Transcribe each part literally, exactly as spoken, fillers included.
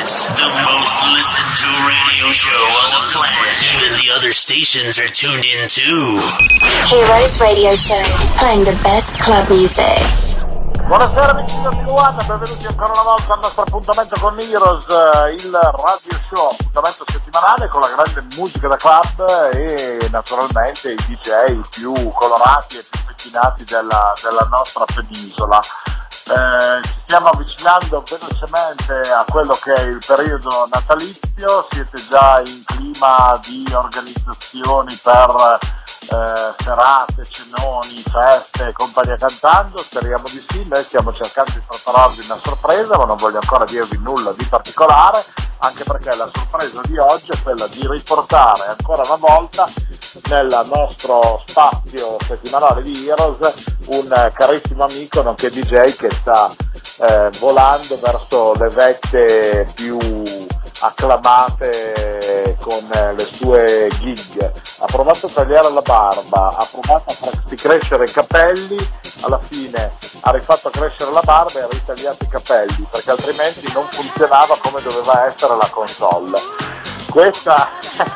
Plus, the most listened to radio show on the planet. Even the other stations are tuned in too. Heroes Radio Show, playing the best club music. Buonasera amici di One, benvenuti ancora una volta al nostro appuntamento con Heroes, il radio show, appuntamento settimanale con la grande musica da club e naturalmente i D J più colorati e più pettinati della, della nostra penisola. Eh, ci stiamo avvicinando velocemente a quello che è il periodo natalizio, siete già in clima di organizzazioni per Eh, serate, cenoni, feste, compagnia cantando? Speriamo di sì. Noi stiamo cercando di prepararvi una sorpresa, ma non voglio ancora dirvi nulla di particolare, anche perché la sorpresa di oggi è quella di riportare ancora una volta nel nostro spazio settimanale di Heroes un carissimo amico nonché D J che sta eh, volando verso le vette più acclamate con le sue gig. Ha provato a tagliare la barba, ha provato a farsi crescere i capelli, alla fine ha rifatto crescere la barba e ha ritagliato i capelli perché altrimenti non funzionava come doveva essere la console. Questa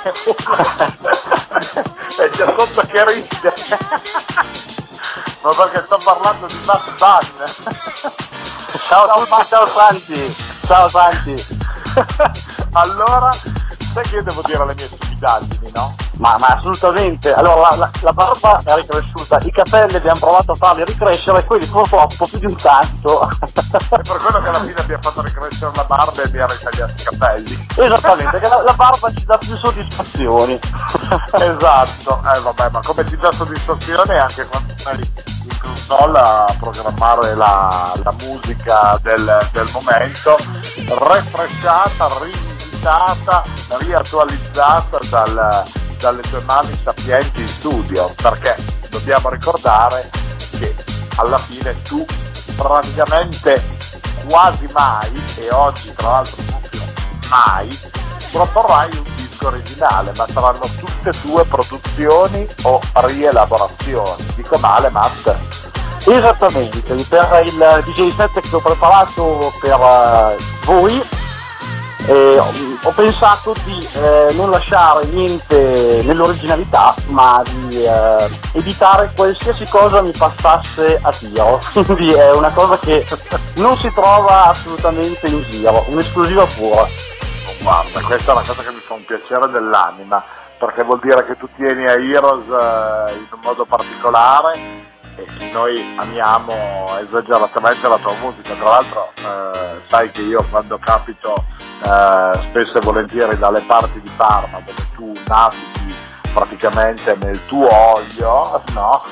è già sotto che ride ma perché sto parlando di Matt Bunn. Ciao a tutti, ciao Santi, ciao Santi. Allora, sai che io devo dire le mie stupidaggini, no? Ma, ma assolutamente, allora la, la, la barba è ricresciuta, i capelli abbiamo provato a farli ricrescere e quelli purtroppo più di un tanto. È per quello che alla fine abbiamo fatto ricrescere la barba e mi ha ritagliato i capelli. Esattamente, che la, la barba ci dà più soddisfazioni. Esatto, eh vabbè, ma come ci dà soddisfazione anche quando sei in console a programmare la, la musica del, del momento, refrescata, rivisitata, riattualizzata dal, dalle tue mani sapienti in studio, perché dobbiamo ricordare che alla fine tu praticamente quasi mai, e oggi tra l'altro proprio mai, proporrai un disco originale, ma saranno tutte e due produzioni o rielaborazioni. Dico male, Matt? Esattamente, per il D J set che ho preparato per uh, voi eh, ho pensato di eh, non lasciare niente nell'originalità, ma di eh, evitare qualsiasi cosa mi passasse a tiro. Quindi è una cosa che non si trova assolutamente in giro, un'esclusiva pura. Guarda, questa è una cosa che mi fa un piacere dell'anima, perché vuol dire che tu tieni a Heroes eh, in un modo particolare e noi amiamo esageratamente la tua musica. Tra l'altro eh, sai che io quando capito eh, spesso e volentieri dalle parti di Parma, dove tu navighi praticamente nel tuo olio, no?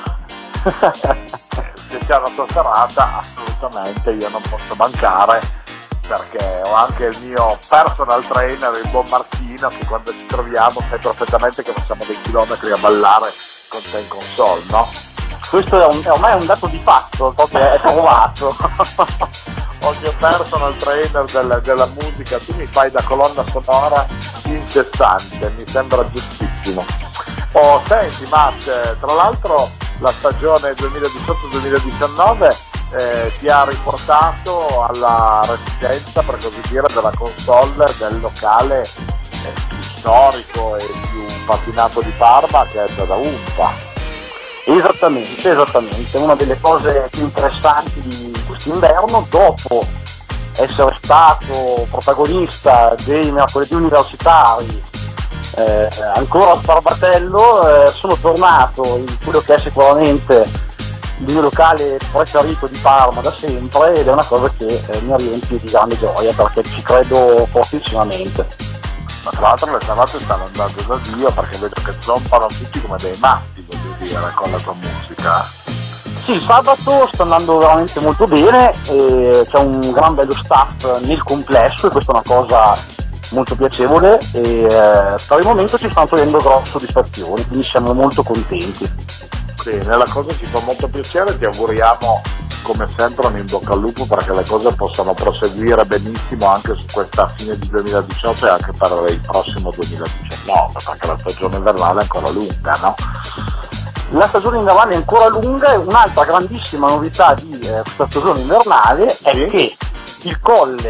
Se c'è una tua serata, assolutamente io non posso mancare, perché ho anche il mio personal trainer, il buon Martino, che quando ci troviamo sai perfettamente che facciamo dei chilometri a ballare con te in console, no? Questo è, un, è ormai un dato di fatto, proprio è trovato. Ho il mio personal trainer del, della musica, tu mi fai da colonna sonora incessante, mi sembra giustissimo. Oh, senti Matt, tra l'altro la stagione duemiladiciotto duemiladiciannove Eh, ti ha riportato alla residenza, per così dire, della console del locale eh, più storico e più patinato di Parma, che è da Umpa. Esattamente, esattamente, una delle cose più interessanti di quest'inverno, dopo essere stato protagonista dei mercoledì universitari eh, ancora a Sbarbatello, eh, sono tornato in quello che è sicuramente il mio locale preferito di Parma da sempre, ed è una cosa che eh, mi riempie di grande gioia perché ci credo fortissimamente. Ma tra l'altro le serate stanno andando da Dio, perché vedo che zompano tutti come dei matti, voglio dire, con la tua musica. Sì, il sabato sta andando veramente molto bene, e c'è un gran bello staff nel complesso e questa è una cosa molto piacevole, e eh, per il momento ci stanno togliendo grosse soddisfazioni, quindi siamo molto contenti. Bene, la cosa ci fa molto piacere, ti auguriamo come sempre un in bocca al lupo perché le cose possano proseguire benissimo anche su questa fine di duemiladiciotto e anche per il prossimo duemiladiciannove, perché la stagione invernale è ancora lunga, no? La stagione invernale è ancora lunga, e un'altra grandissima novità di eh, questa stagione invernale è sì? che il Colle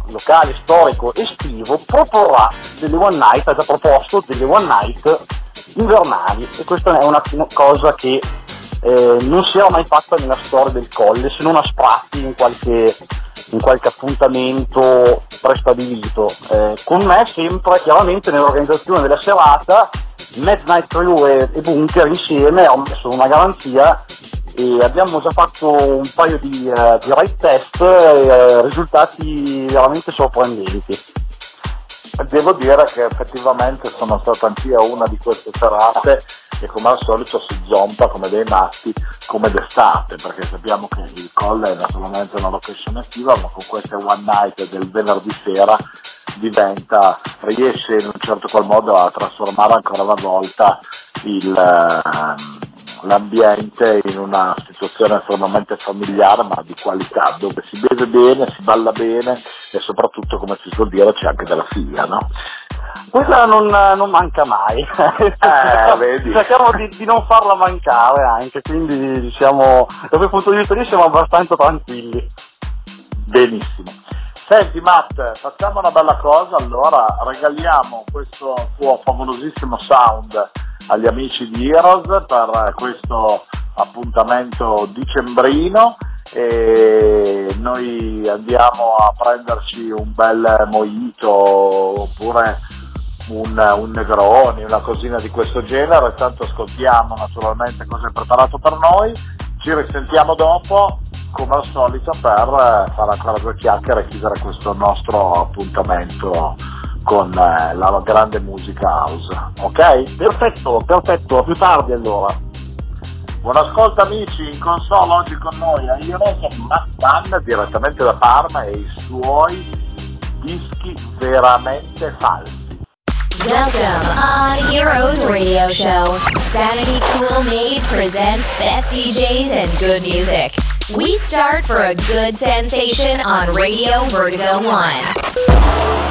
locale storico estivo proporrà delle one night, ha già proposto delle one night invernali, e questa è una cosa che eh, non si era mai fatta nella storia del Colle, se non a sprazzi in qualche, in qualche appuntamento prestabilito. Eh, con me sempre chiaramente nell'organizzazione della serata Midnight Crew e, e Bunker insieme ho messo una garanzia e abbiamo già fatto un paio di, uh, di ride test e uh, risultati veramente sorprendenti. Devo dire che effettivamente sono stata anch'io una di queste serate e come al solito si zompa come dei matti come d'estate, perché sappiamo che il Colle è naturalmente una location estiva, ma con queste one night del venerdì sera diventa, riesce in un certo qual modo a trasformare ancora una volta il, l'ambiente in una situazione estremamente familiare ma di qualità, dove si beve bene, si balla bene e soprattutto, come si suol dire, c'è anche della figlia, no? Quella non, non manca mai, eh, vedi. Cerchiamo di, di non farla mancare anche, quindi diciamo da quel punto di vista lì siamo abbastanza tranquilli. Benissimo. Senti Matt, facciamo una bella cosa, allora regaliamo questo tuo favolosissimo sound agli amici di Heroes per questo appuntamento dicembrino e noi andiamo a prenderci un bel mojito oppure un, un Negroni, una cosina di questo genere, tanto ascoltiamo naturalmente cosa è preparato per noi, ci risentiamo dopo come al solito per fare ancora due chiacchiere e chiudere questo nostro appuntamento con eh, la grande musica house, ok? Perfetto, perfetto, a più tardi allora. Buon ascolto amici, in console oggi con noi a Heroes Matt Mann direttamente da Parma e i suoi dischi veramente falsi. Welcome on Heroes Radio Show. Sanity Cool Made presents best D Js and good music. We start for a good sensation on Radio Vertigo One.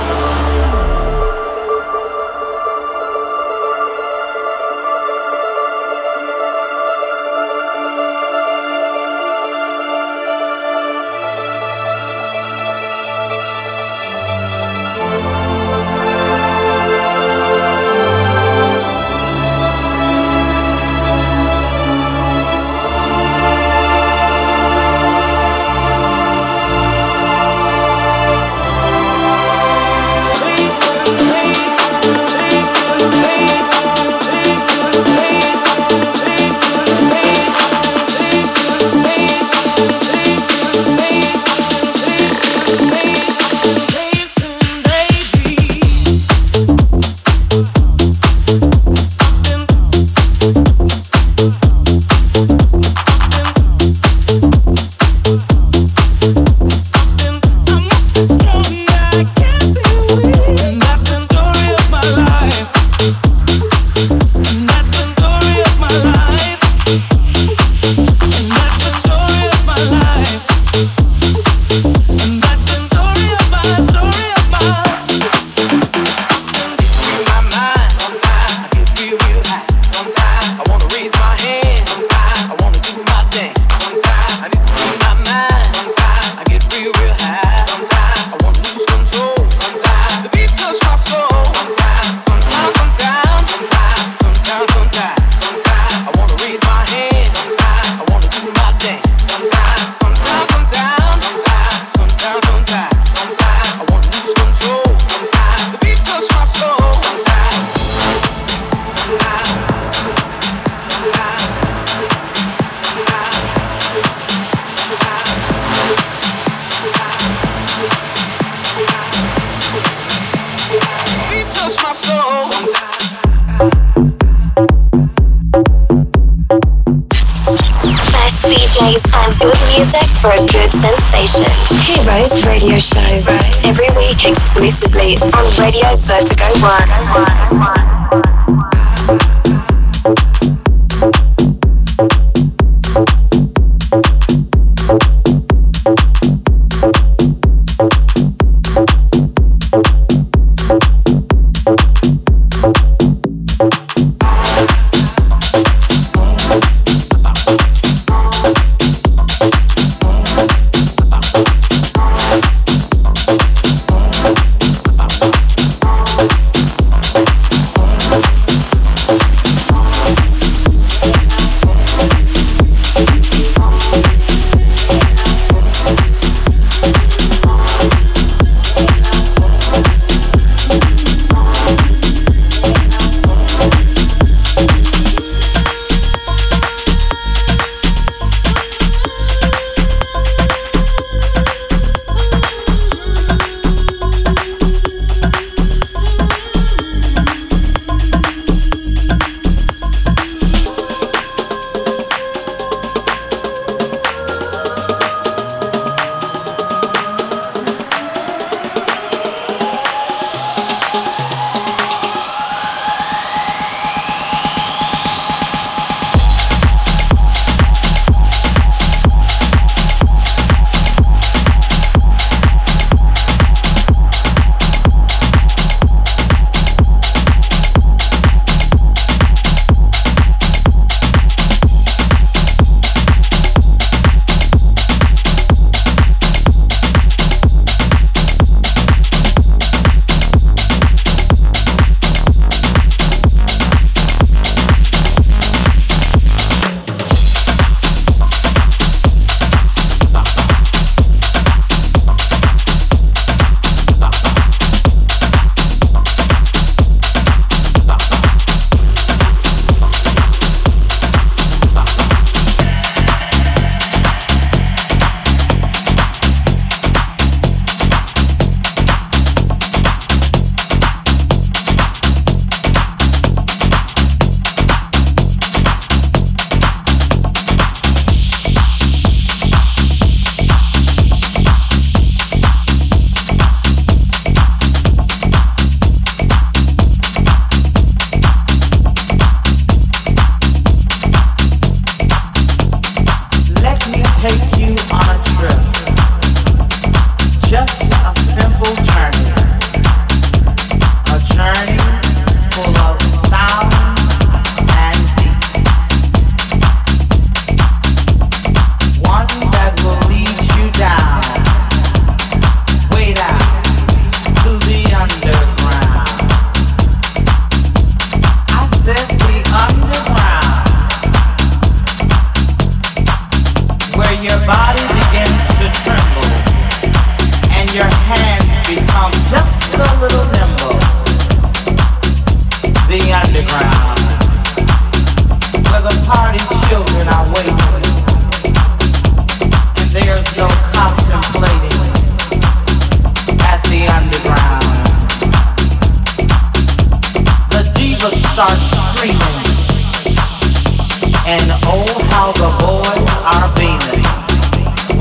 And good music for a good sensation. Heroes Radio Show. Every week exclusively on Radio Vertigo One.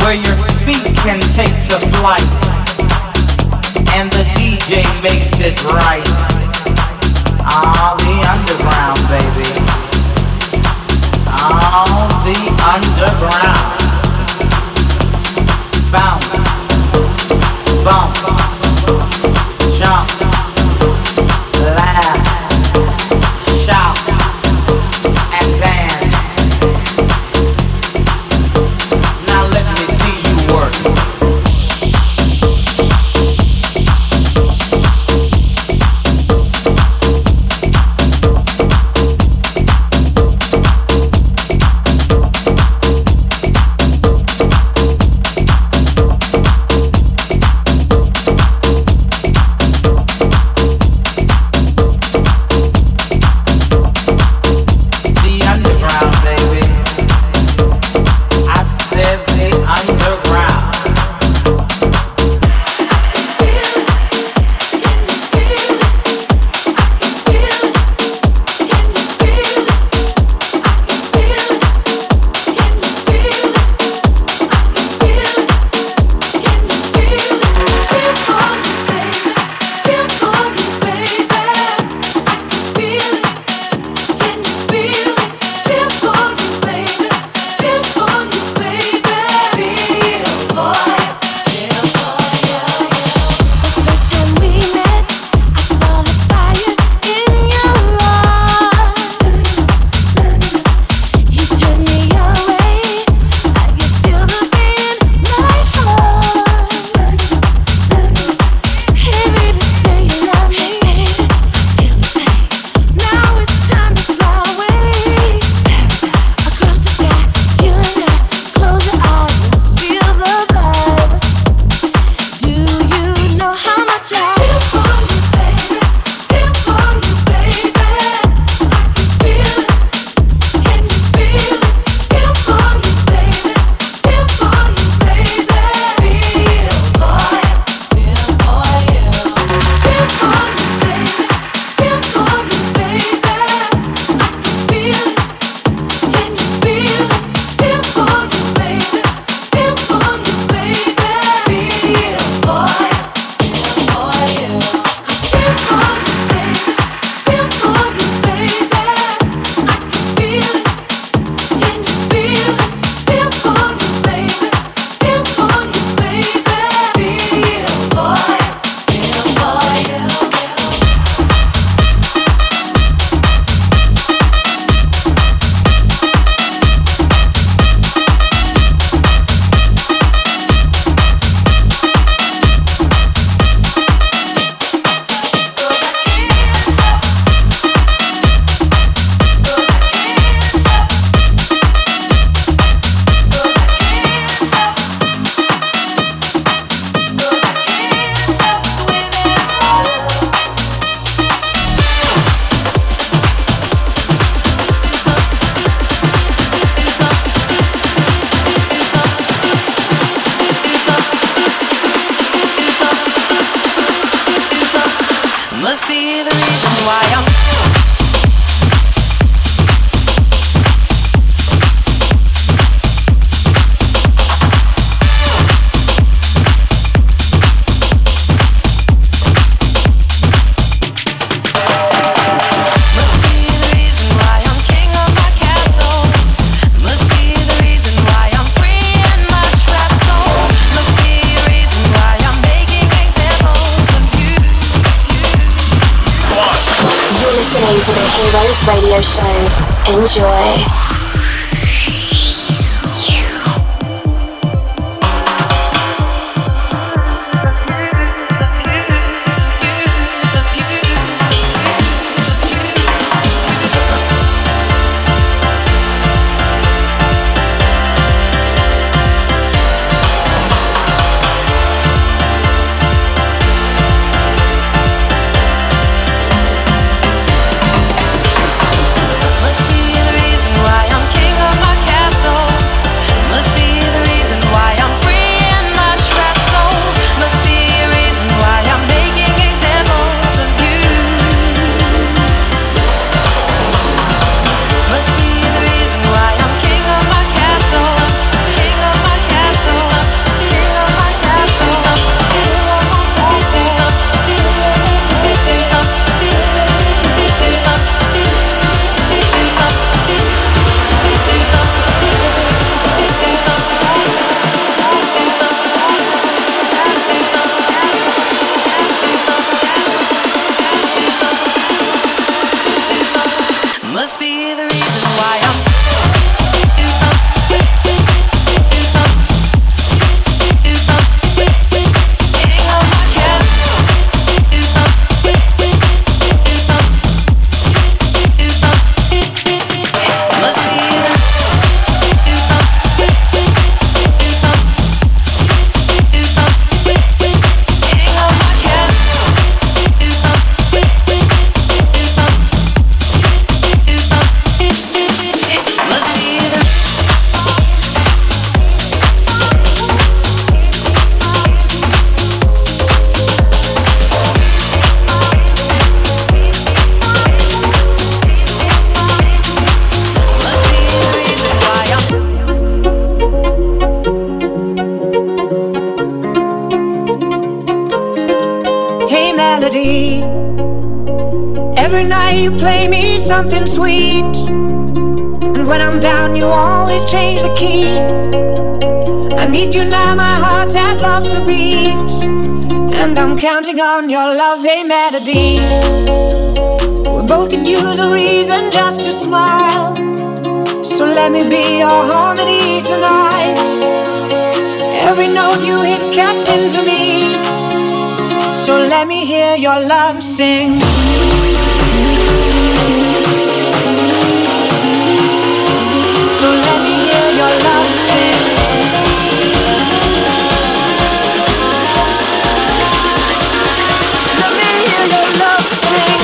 where your feet can take to flight, and the D J makes it right. Ah, the underground, baby. Ah, the underground. Bounce, bump, jump, laugh, shout, and dance. Now let me see you work. Radio show. Enjoy. Must be the reason why melody. Every night you play me something sweet, and when I'm down you always change the key. I need you now, my heart has lost the beat, and I'm counting on your love, a melody. We both could use a reason just to smile, so let me be your harmony tonight. Every note you hit cuts into me, so let me hear your love sing. So let me hear your love sing. Let me hear your love sing.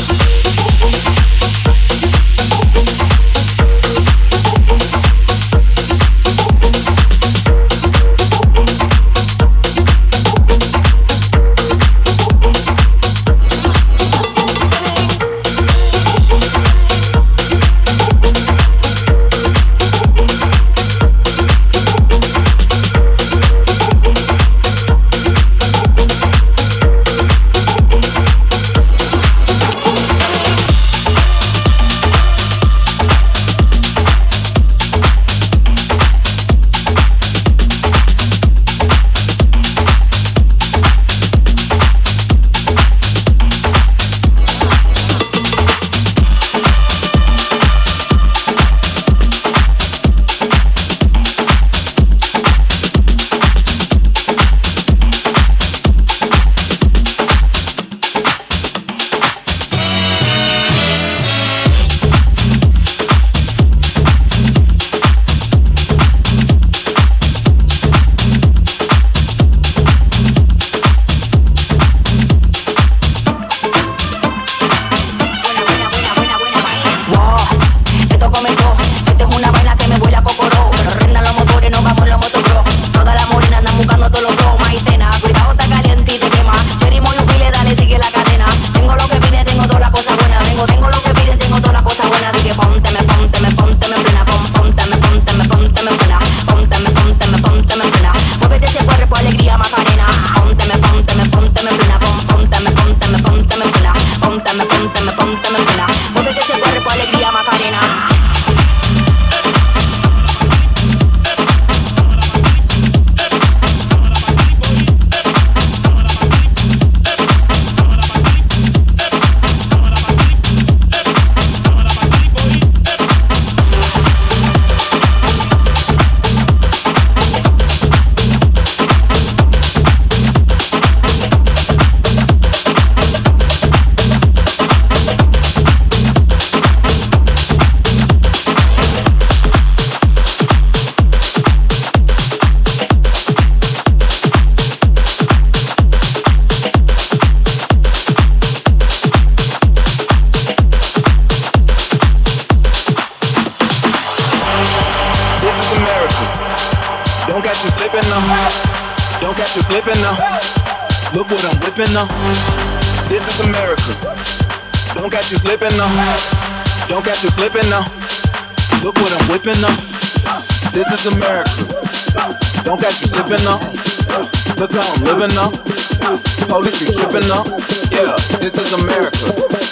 Police be tripping up. Yeah, this is America.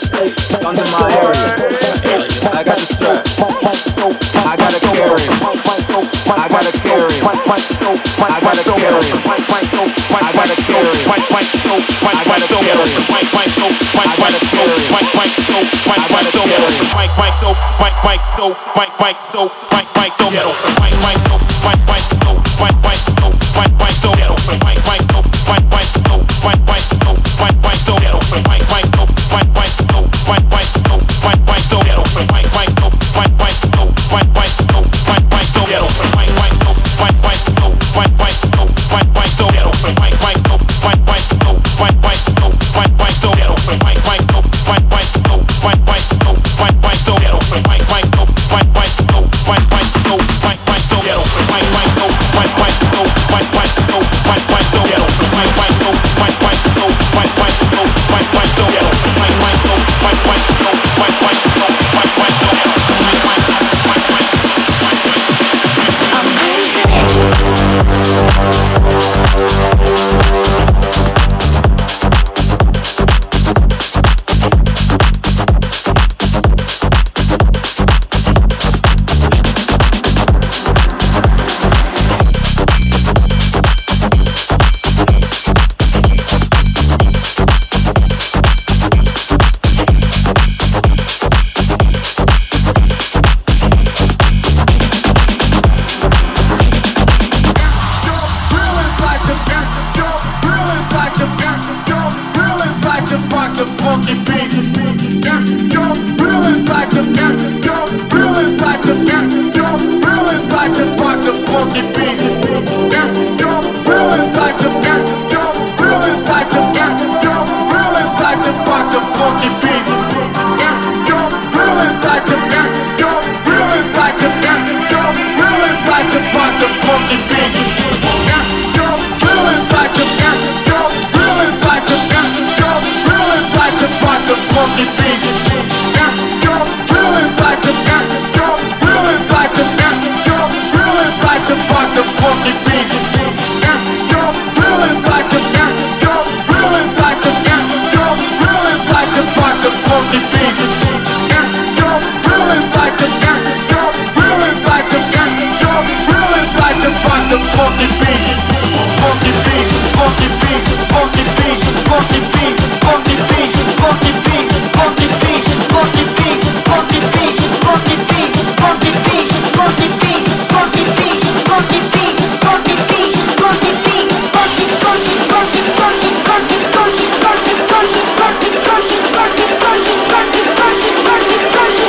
Under my area. I got the strap. I gotta carry him. I gotta carry him. I gotta carry him. I gotta carry him. I gotta carry him. I gotta carry him. I gotta White, white, funky beat. Yeah, jump, really like to, yeah, jump, really like to, yeah, jump, really like to rock the funky beat. Yeah, jump, really like to, yeah, jump, really like to, yeah, jump, really like to rock the funky beat. Yeah, jump, really like to, yeah, jump, really like to, yeah, jump, really like to rock the funky beat. Yeah, jump, really like to, yeah, jump, really like to, yeah, jump, really like to rock the funky beat. Yeah, jump, really like to, yeah, jump, really like to, yeah, jump, really like to rock the funky beat. Yeah, jump, really like to, yeah, jump, really like to, yeah, jump, really like to rock the funky beat. Funky beat, funky beat, funky beat, funky beat, funky beat, funky beat, funky beat, funky beat, funky beat, funky beat, funky beat, funky beat, funky beat, funky beat, funky beat, funky beat, funky funky funky funky funky funky funky funky funky funky funky funky funky funky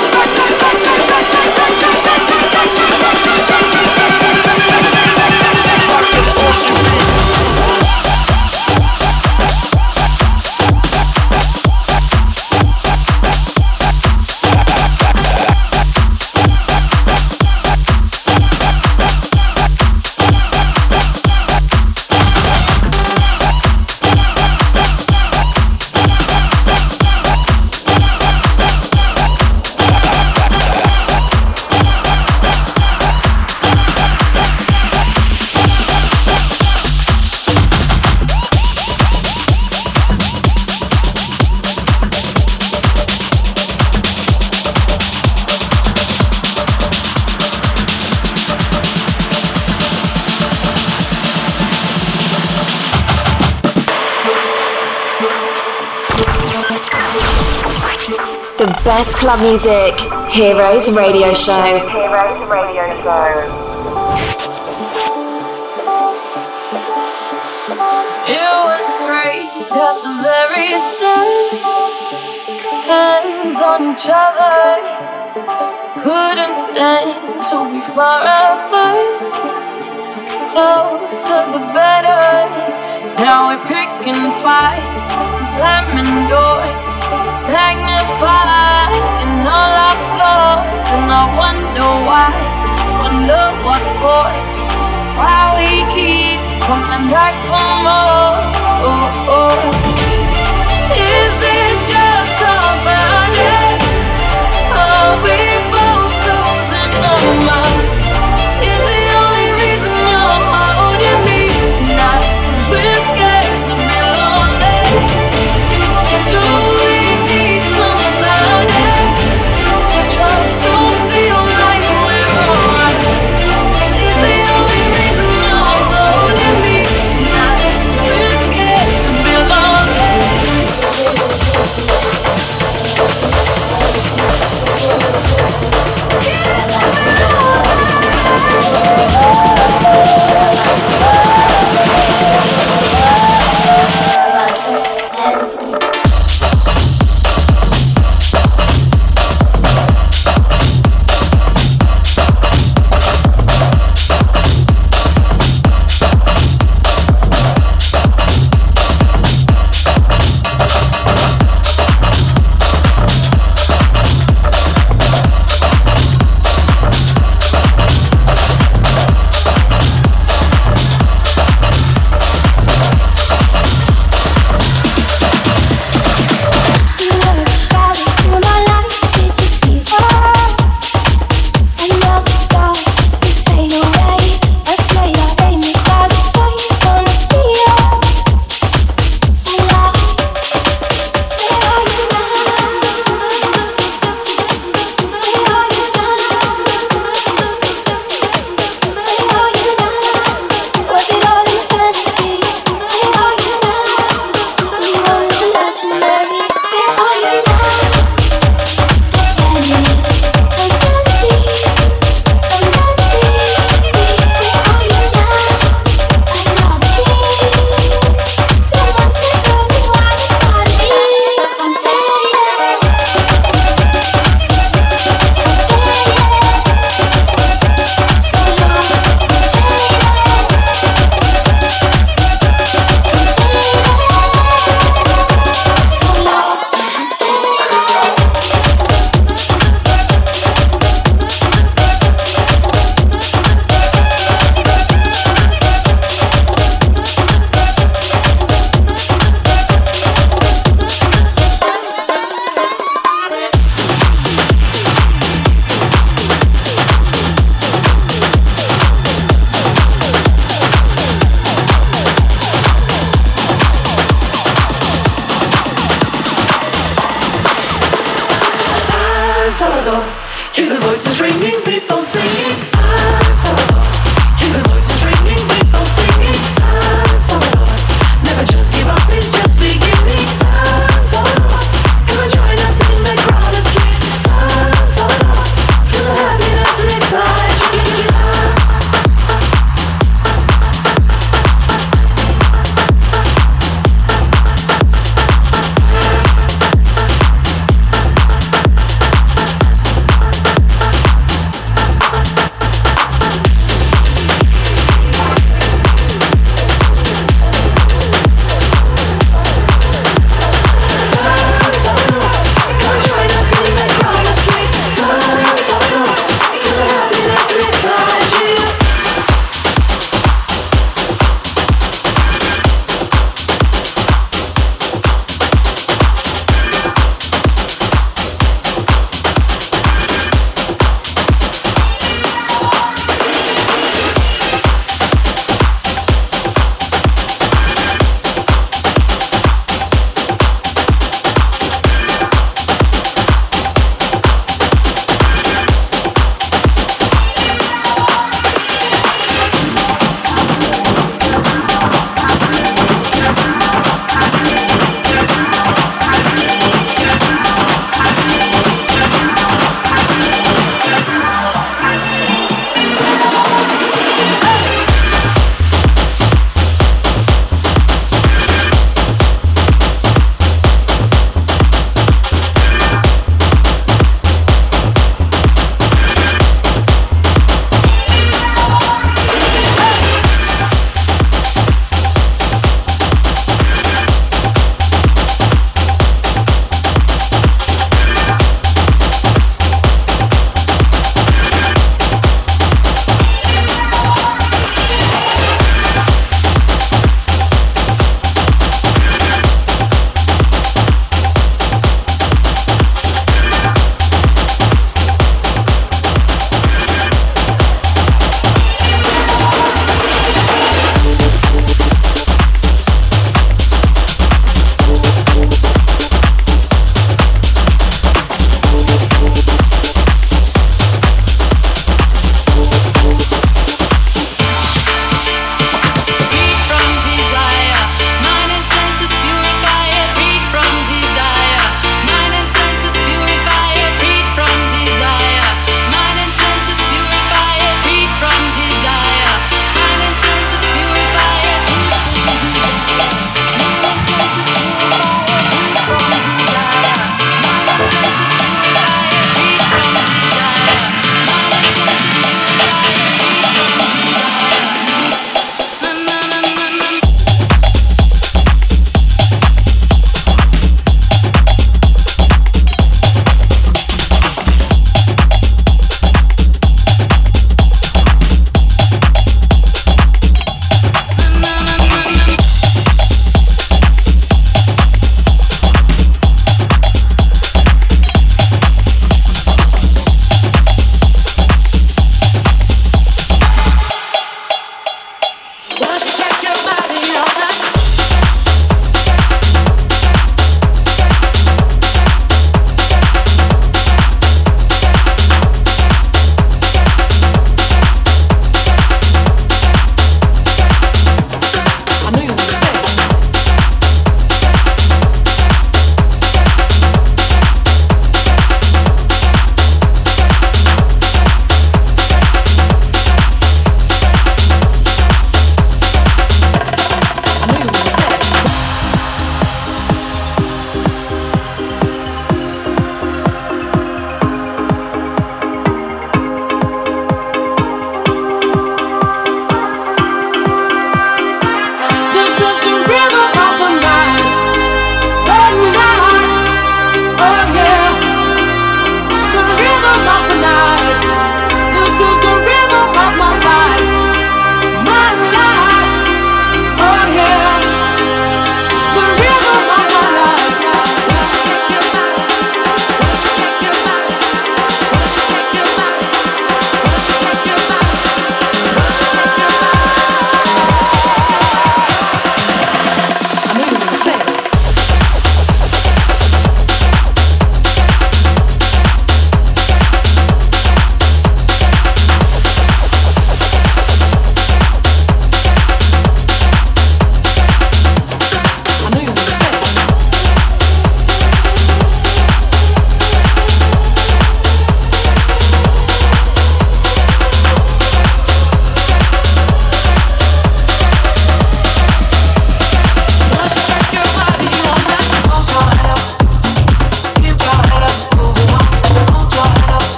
The best club music, Heroes Radio Show. Heroes Radio Show. It was great at the very start. Hands on each other, couldn't stand to be far apart. Closer the better. Now we're picking fights and slamming doors. Magnify in all our flaws, and I wonder why, wonder what for, why we keep coming back for more. Oh, oh. Is it just about us? Are we both losing our minds? Is the only reason you're holding me tonight 'cause we're scared to be lonely? Do we need somebody just to feel like we're alright? Is the only reason you're holding me tonight 'cause we're ringing, people singing San Salvador. Hear the voices ringing, people singing San Salvador. Never just give up, it's just beginning. San Salvador, come and join us in the crowded streets. San Salvador, feel the happiness inside you.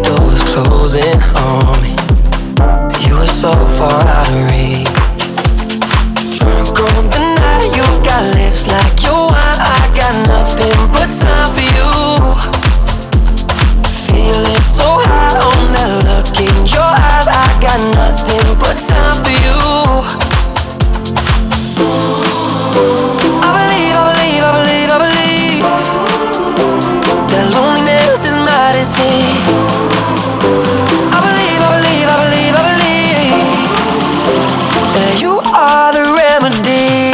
doors closing on me. You were so far out of reach. Drunk on the night, you got lips like your wine. I got nothing but time for you. Feeling so high on that look in your eyes. I got nothing but time for you. I believe, I believe, I believe, I believe that loneliness is my disease. I believe, I believe, I believe, I believe that you are the remedy.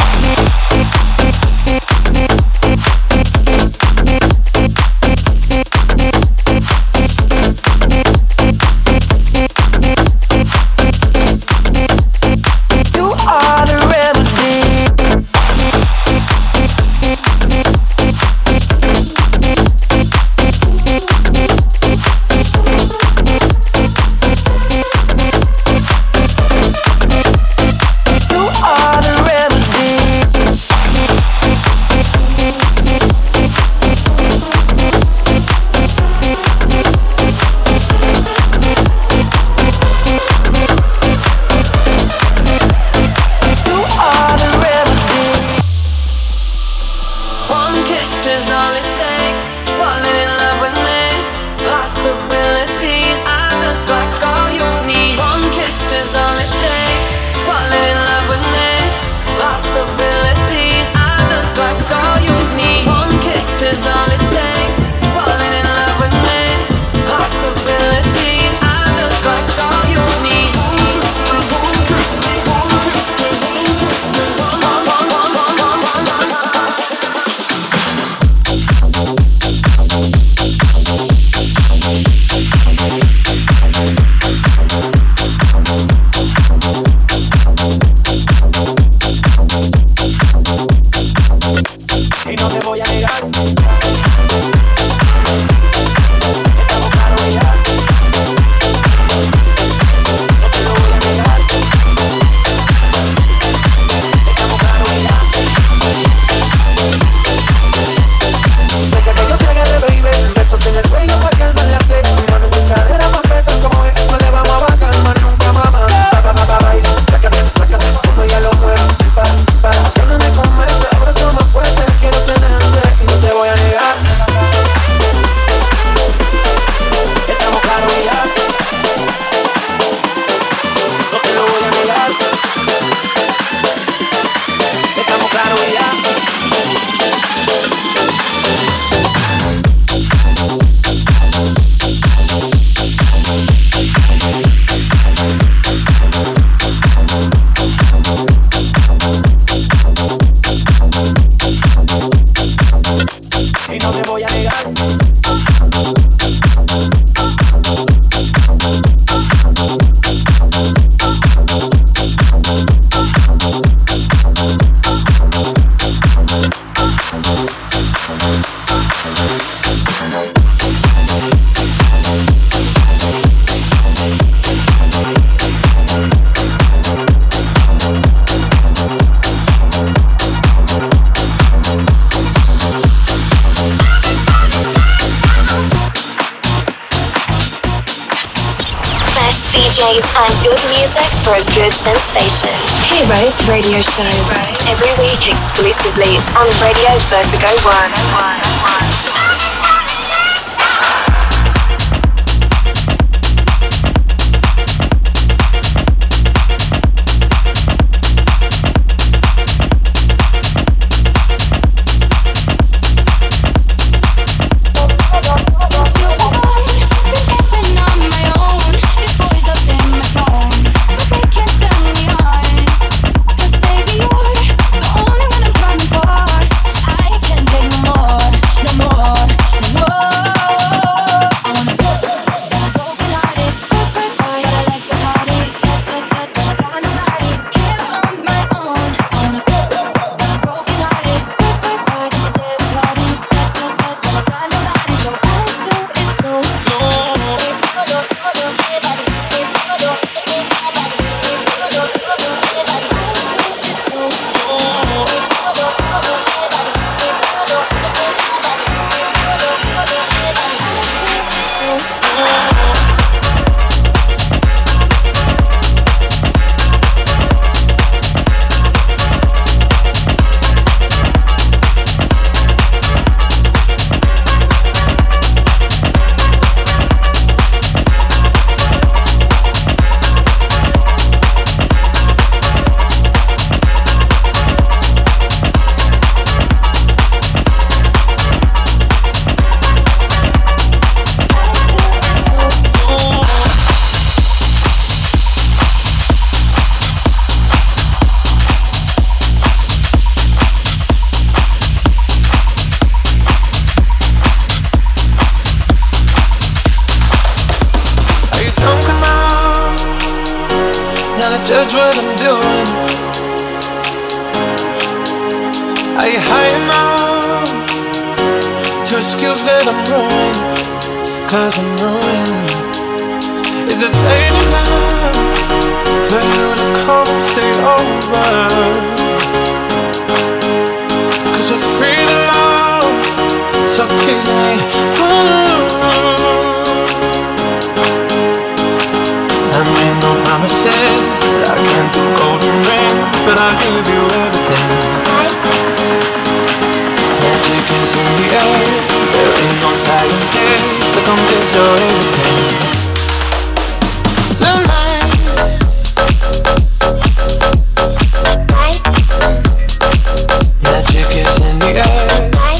And good music for a good sensation. Heroes Radio Show. Every week exclusively on Radio Vertigo One. More, no more. wanna judge what I'm doing. Are you high enough to excuse that I'm ruined? Cause I'm ruined. Is it late enough for you to come and stay over? Cause we're free to love, so tease me. I made no promises, I can't do golden ring, but I'll give you everything. Magic is in the air, there ain't no silence here, so come get your everything. Tonight, magic is in the air,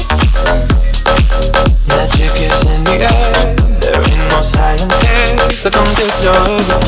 magic is in the air, there ain't no silence here, so come get your everything.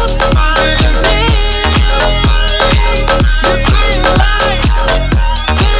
Bye.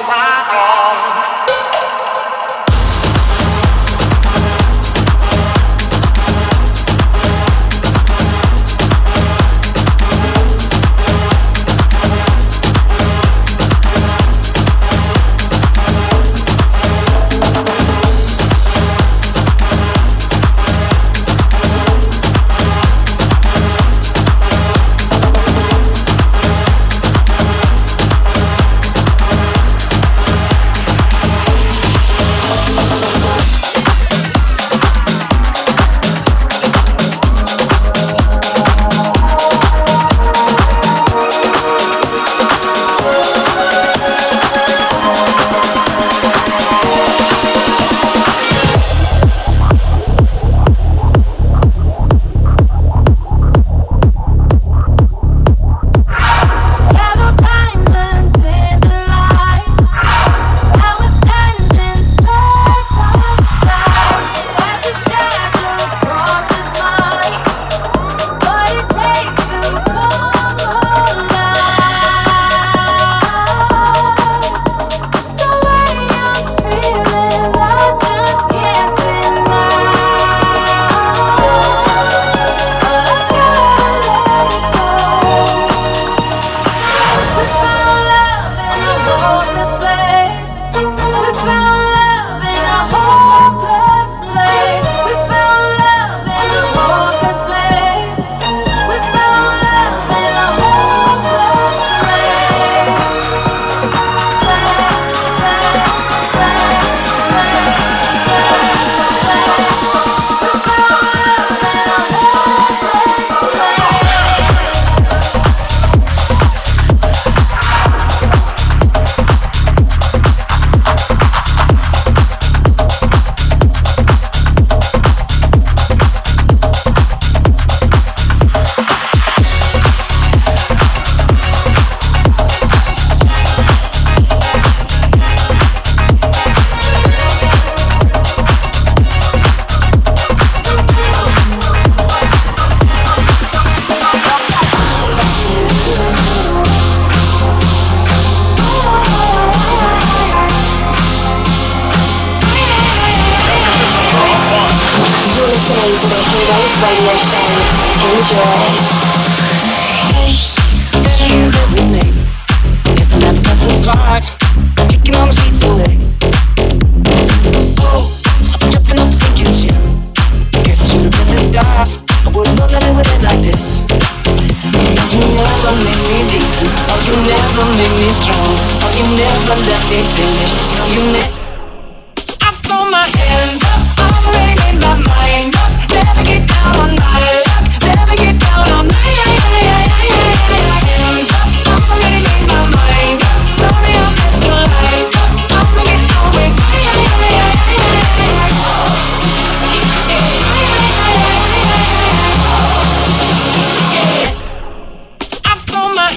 Radio Show. Enjoy. Hey, you with me. Guess I never got the vibe. Kicking on the sheets too late. Oh, I'm jumping up, sinking shit. Guess I should've been the stars. I would've known that it would end like this. Oh, you never made me decent. Oh, you never made me strong. Oh, you never let me finish. No, you never. I throw my hands up. I've already made my mind up. Never get down on my luck. Never get down on my hands up. I've already made my mind up. Sorry, I messed your life up. I'ma get on with my I throw my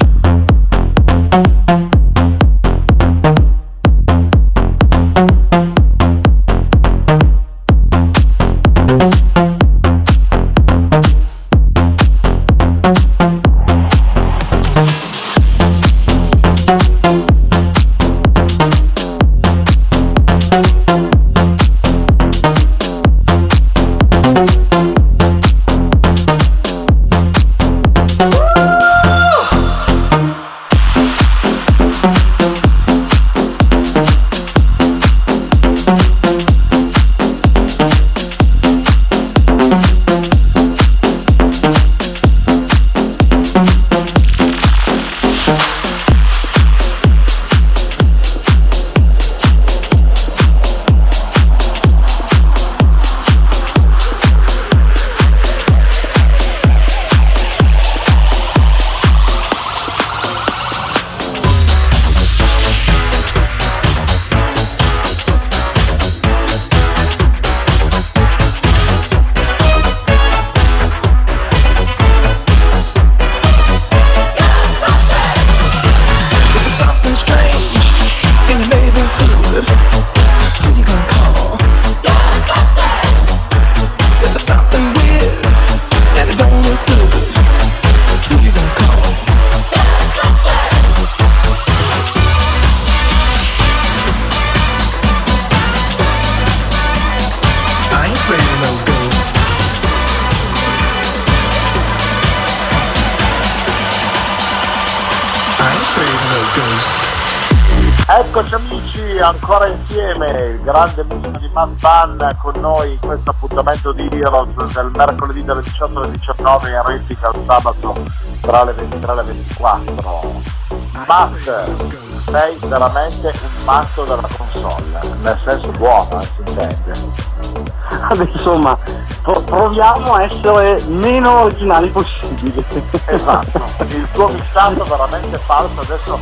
Eccoci amici, ancora insieme, il grande musico di Matt Van con noi in questo appuntamento di Heroes del mercoledì dalle diciotto alle diciannove, in replica il sabato tra le ventitré e le ventiquattro. Matt, sei veramente un matto della console, nel senso buono, eh, si intende. Insomma, pro- proviamo a essere meno originali possibili. Esatto, il tuo mixato veramente falso, adesso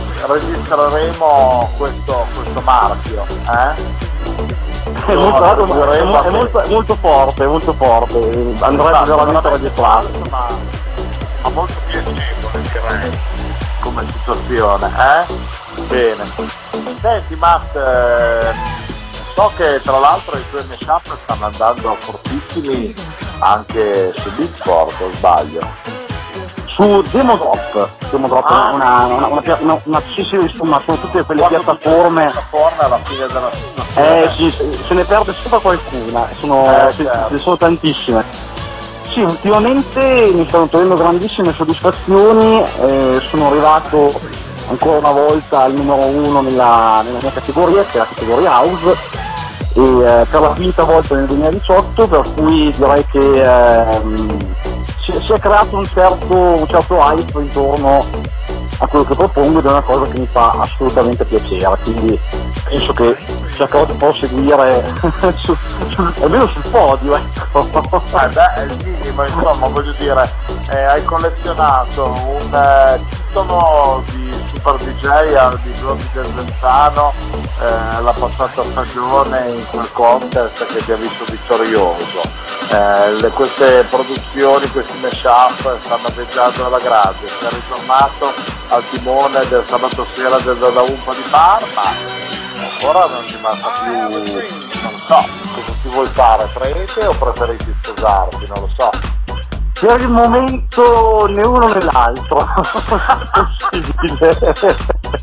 registreremo questo, questo marchio, eh? È molto, no, è, mo- è molto, molto forte, molto forte, andrebbe esatto, veramente registrato. Ma, ma molto piacevole, direi, come situazione, eh? Bene. Senti Matt, eh, so che tra l'altro i tuoi mashup stanno andando fortissimi anche su Beatport, o sbaglio? Su Demodrop, Demodrop Ah. è una, una, una, una, una sì, sì, insomma, sono tutte quelle Quando piattaforme. piattaforme alla fine della Eh sì, se se ne perde sempre qualcuna, sono, Eh, sì, certo. ce ne sono tantissime. Sì, ultimamente mi stanno togliendo grandissime soddisfazioni, eh, sono arrivato ancora una volta al numero uno nella, nella mia categoria, che è la categoria House, e eh, per la quinta volta nel duemiladiciotto, per cui direi che ehm, si, si è creato un certo, un certo hype intorno a quello che propongo, ed è una cosa che mi fa assolutamente piacere, quindi penso che cercherò di proseguire su, su, almeno sul podio, ecco. Eh beh, è il minimo, insomma, voglio dire, eh, hai collezionato un eh, titolo di Super D J al di Giorgi del Ventano eh, la passata stagione in quel contest che ti ha visto vittorioso. Eh, le, queste produzioni, questi mashup stanno viaggiando alla grande, sei ritornato al timone del sabato sera del Dada Umpa di Parma. Ancora non ti manca più, non so, cosa ti vuoi fare, prete o preferisci sposarti, non lo so. Per il momento né uno né l'altro, possibile.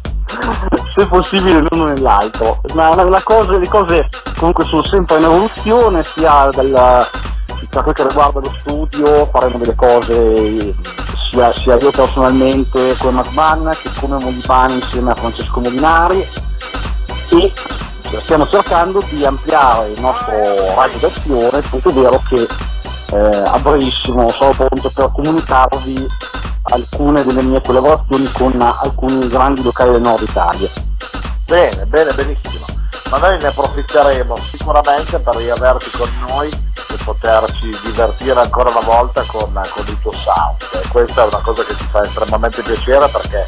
Se possibile né uno né l'altro. Ma la, la cosa, le cose comunque sono sempre in evoluzione, sia dal, per quel che riguarda lo studio, faremo delle cose sia, sia io personalmente come Matt Van che come Molipani insieme a Francesco Molinari, e stiamo cercando di ampliare il nostro raggio d'azione, tanto è vero che eh, a brevissimo sarò pronto per comunicarvi alcune delle mie collaborazioni con alcuni grandi locali del nord Italia. Bene, bene, benissimo. Ma noi ne approfitteremo sicuramente per riaverti con noi e poterci divertire ancora una volta con, con il tuo sound. E questa è una cosa che ci fa estremamente piacere, perché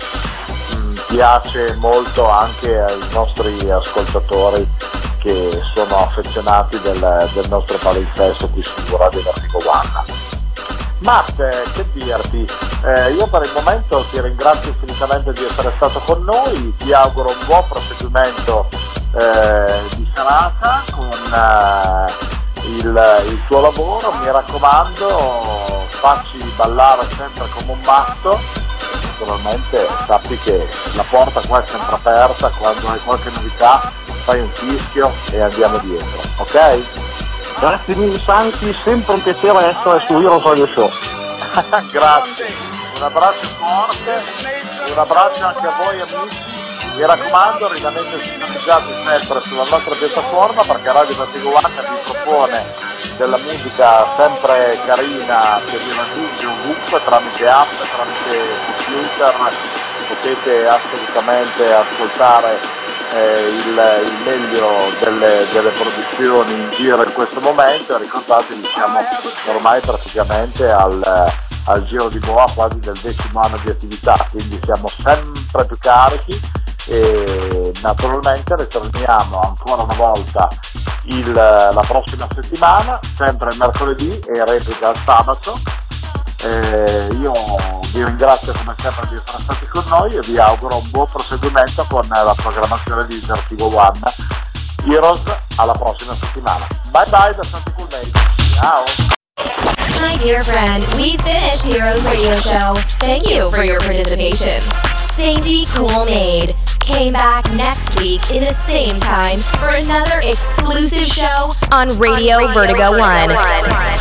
piace molto anche ai nostri ascoltatori che sono affezionati del, del nostro palinsesto qui su Radio Vertigo One. Matt, che dirti, eh, io per il momento ti ringrazio infinitamente di essere stato con noi, ti auguro un buon proseguimento eh, di serata con eh, il, il tuo lavoro, mi raccomando, facci ballare sempre come un matto. Naturalmente sappi che la porta qua è sempre aperta, quando hai qualche novità fai un fischio e andiamo dietro, ok? Grazie mille Santi, sempre un piacere essere su Heroes Radio Show. Grazie, un abbraccio forte, un abbraccio anche a voi amici, mi raccomando rimanete sintonizzati sempre sulla nostra piattaforma, perché Radio Vertigo One vi propone della musica sempre carina che vi raggiunge ovunque tramite app, tramite computer, potete assolutamente ascoltare eh, il, il meglio delle, delle produzioni in giro in questo momento, e ricordatevi siamo ormai praticamente al, al giro di boa quasi del decimo anno di attività, quindi siamo sempre più carichi e naturalmente ritorniamo ancora una volta Il, la prossima settimana, sempre il mercoledì e replica il sabato. Eh, io vi ringrazio come sempre di essere stati con noi e vi auguro un buon proseguimento con la programmazione di Vertigo One. Heroes, alla prossima settimana. Bye bye da Santi Coolmade. Ciao! My dear friend, we finished Heroes Radio Show. Thank you for your participation. Sainty Coolmade came back next week in the same time for another exclusive show on Radio, on Radio Vertigo, Vertigo One. One.